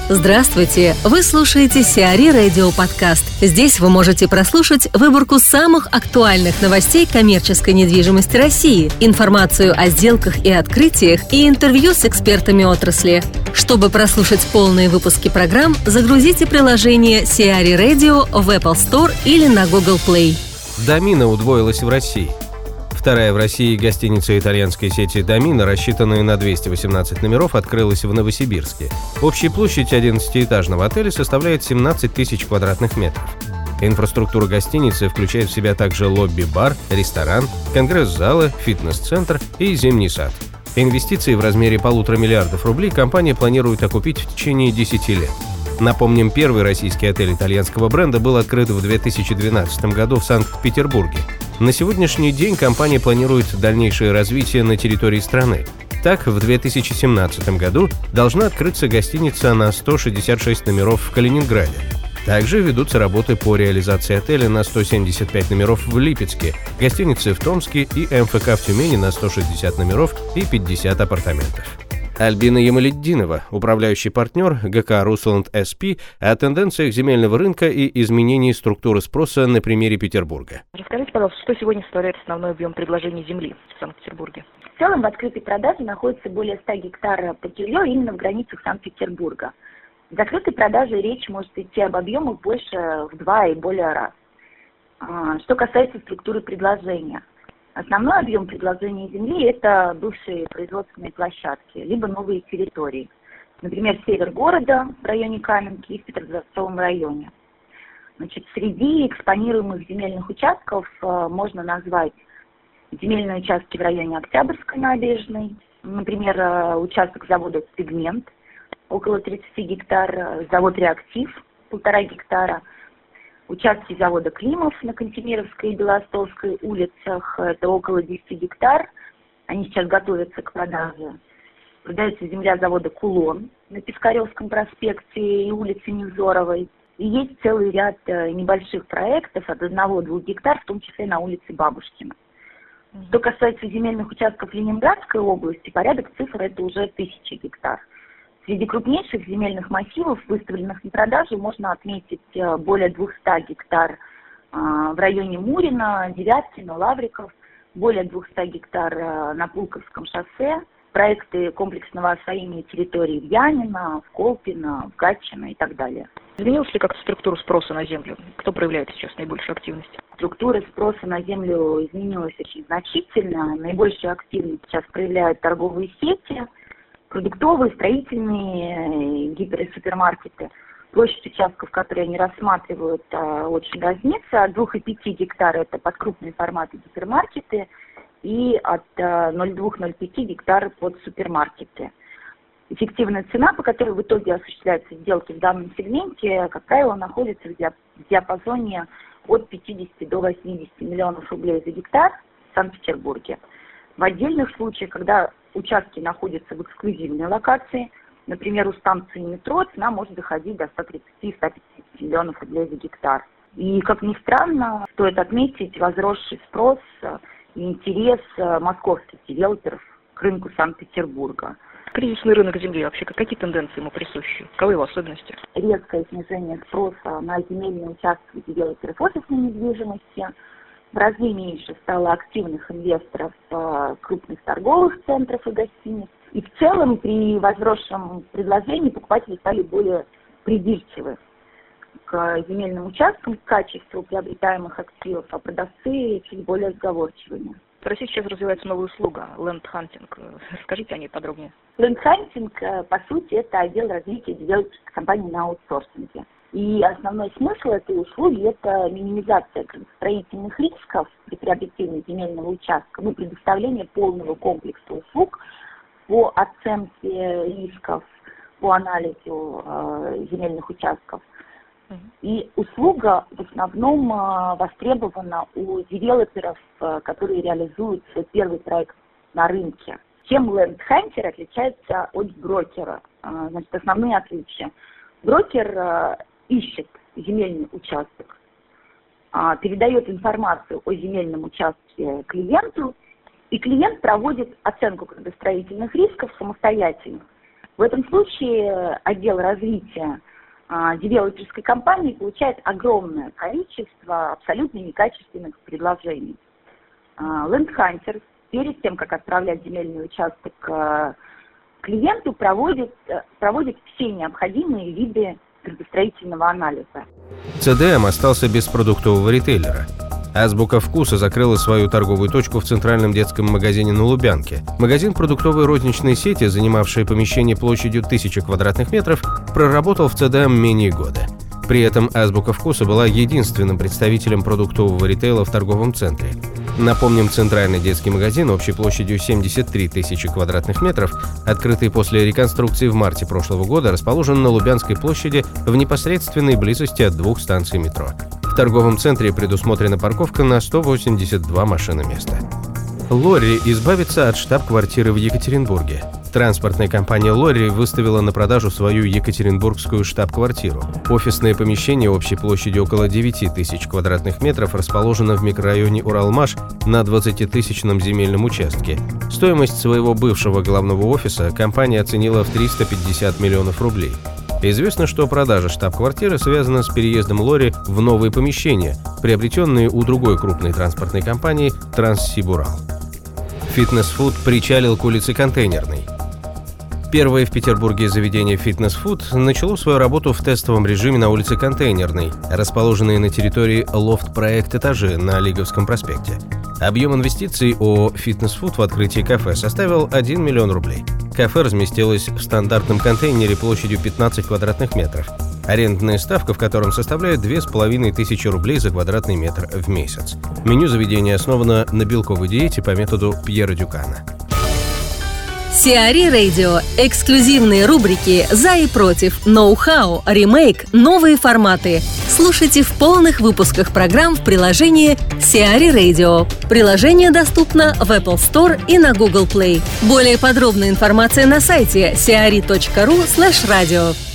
Здравствуйте! Вы слушаете Сиари Радио Подкаст. Здесь вы можете прослушать выборку самых актуальных новостей коммерческой недвижимости России, информацию о сделках и открытиях и интервью с экспертами отрасли. Чтобы прослушать полные выпуски программ, загрузите приложение Сиари Radio в Apple Store или на Google Play. Домина удвоилась в России. Вторая в России гостиница итальянской сети «Домина», рассчитанная на 218 номеров, открылась в Новосибирске. Общая площадь 11-этажного отеля составляет 17 тысяч квадратных метров. Инфраструктура гостиницы включает в себя также лобби-бар, ресторан, конгресс-залы, фитнес-центр и зимний сад. Инвестиции в размере 1,5 миллиарда рублей компания планирует окупить в течение 10 лет. Напомним, первый российский отель итальянского бренда был открыт в 2012 году в Санкт-Петербурге. На сегодняшний день компания планирует дальнейшее развитие на территории страны. Так, в 2017 году должна открыться гостиница на 166 номеров в Калининграде. Также ведутся работы по реализации отеля на 175 номеров в Липецке, гостиницы в Томске и МФК в Тюмени на 160 номеров и 50 апартаментов. Альбина Ямалетдинова, управляющий партнер ГК «Русланд СП», о тенденциях земельного рынка и изменении структуры спроса на примере Петербурга. Расскажите, пожалуйста, что сегодня составляет основной объем предложений земли в Санкт-Петербурге? В целом в открытой продаже находится более 100 гектаров под жилье именно в границах Санкт-Петербурга. В закрытой продаже речь может идти об объемах больше в 2 и более раз. Что касается структуры предложения. Основной объем предложения земли – это бывшие производственные площадки, либо новые территории. Например, север города в районе Каменки и в Петродворцовом районе. Среди экспонируемых земельных участков можно назвать земельные участки в районе Октябрьской набережной, например, участок завода «Пигмент» около 30 гектар, завод «Реактив» 1,5 гектара, участки завода «Климов» на Кантемировской и Белостовской улицах, это около 10 гектар, они сейчас готовятся к продаже. Продается земля завода «Кулон» на Пискаревском проспекте и улице Невзоровой. И есть целый ряд небольших проектов от 1-2 гектар, в том числе на улице Бабушкина. Что касается земельных участков Ленинградской области, порядок цифр это уже 1000 гектар. Среди крупнейших земельных массивов, выставленных на продажу, можно отметить более 200 гектар в районе Мурина, Девяткина, Лавриков, более 200 гектар на Пулковском шоссе, проекты комплексного освоения территорий в Янино, в Колпино, в Гатчино и так далее. Изменилась ли как-то структура спроса на землю? Кто проявляет сейчас наибольшую активность? Структура спроса на землю изменилась очень значительно. Наибольшую активность сейчас проявляют торговые сети, продуктовые, строительные, гипер- и супермаркеты. Площадь участков, которые они рассматривают, очень разнится. От 2,5 гектара это под крупные форматы гипермаркеты и от 0,2-0,5 гектара под супермаркеты. Эффективная цена, по которой в итоге осуществляются сделки в данном сегменте, как правило, находится в диапазоне от 50 до 80 миллионов рублей за гектар в Санкт-Петербурге. В отдельных случаях, когда участки находятся в эксклюзивной локации, например, у станции метро, цена может доходить до 130-150 миллионов рублей за гектар. И, как ни странно, стоит отметить возросший спрос и интерес московских девелоперов к рынку Санкт-Петербурга. Кризисный рынок земли вообще, какие тенденции ему присущи? Каковы его особенности? Резкое снижение спроса на земельные участки девелоперов офисной недвижимости. В разы меньше стало активных инвесторов крупных торговых центров и гостиниц. И в целом при возросшем предложении покупатели стали более придирчивы к земельным участкам, к качеству приобретаемых активов, а продавцы чуть более сговорчивыми. В России сейчас развивается новая услуга – ленд-хантинг. Расскажите о ней подробнее. Ленд-хантинг, по сути, это отдел развития девелоперской компании на аутсорсинге. И основной смысл этой услуги – это минимизация строительных рисков при приобретении земельного участка, предоставление полного комплекса услуг по оценке рисков, по анализу земельных участков. И услуга в основном востребована у девелоперов, которые реализуют свой первый проект на рынке. Чем ленд-хантер отличается от брокера? Основные отличия. Брокер ищет земельный участок, передает информацию о земельном участке клиенту, и клиент проводит оценку градостроительных рисков самостоятельно В этом случае отдел развития девелоперской компании получает огромное количество абсолютно некачественных предложений. Land Hunter перед тем, как отправлять земельный участок клиенту, проводит все необходимые виды градостроительного анализа. ЦДМ остался без продуктового ритейлера. Азбука вкуса закрыла свою торговую точку в центральном детском магазине на Лубянке. Магазин продуктовой розничной сети, занимавший помещение площадью 1000 квадратных метров, проработал в ЦДМ менее года. При этом Азбука вкуса была единственным представителем продуктового ритейла в торговом центре. Напомним, центральный детский магазин общей площадью 73 тысячи квадратных метров, открытый после реконструкции в марте прошлого года, расположен на Лубянской площади в непосредственной близости от 2 станций метро. В торговом центре предусмотрена парковка на 182 машиноместа. Лорри избавится от штаб-квартиры в Екатеринбурге. Транспортная компания Лорри выставила на продажу свою екатеринбургскую штаб-квартиру. Офисное помещение общей площадью около 9 тысяч квадратных метров расположено в микрорайоне Уралмаш на 20-тысячном земельном участке. Стоимость своего бывшего главного офиса компания оценила в 350 миллионов рублей. Известно, что продажа штаб-квартиры связана с переездом Лорри в новые помещения, приобретенные у другой крупной транспортной компании Транссибурал. Фитнес-фуд причалил к улице Контейнерной. Первое в Петербурге заведение «Фитнес-фуд» начало свою работу в тестовом режиме на улице Контейнерной, расположенной на территории лофт-проект «Этажи» на Лиговском проспекте. Объем инвестиций ООО «Фитнес-фуд» в открытие кафе составил 1 миллион рублей. Кафе разместилось в стандартном контейнере площадью 15 квадратных метров. Арендная ставка в котором составляет 2500 рублей за квадратный метр в месяц. Меню заведения основано на белковой диете по методу Пьера Дюкана. Сиари Radio. Эксклюзивные рубрики «За и против», «Ноу-хау», «Ремейк», «Новые форматы». Слушайте в полных выпусках программ в приложении Сиари Radio. Приложение доступно в Apple Store и на Google Play. Более подробная информация на сайте siari.ru/radio.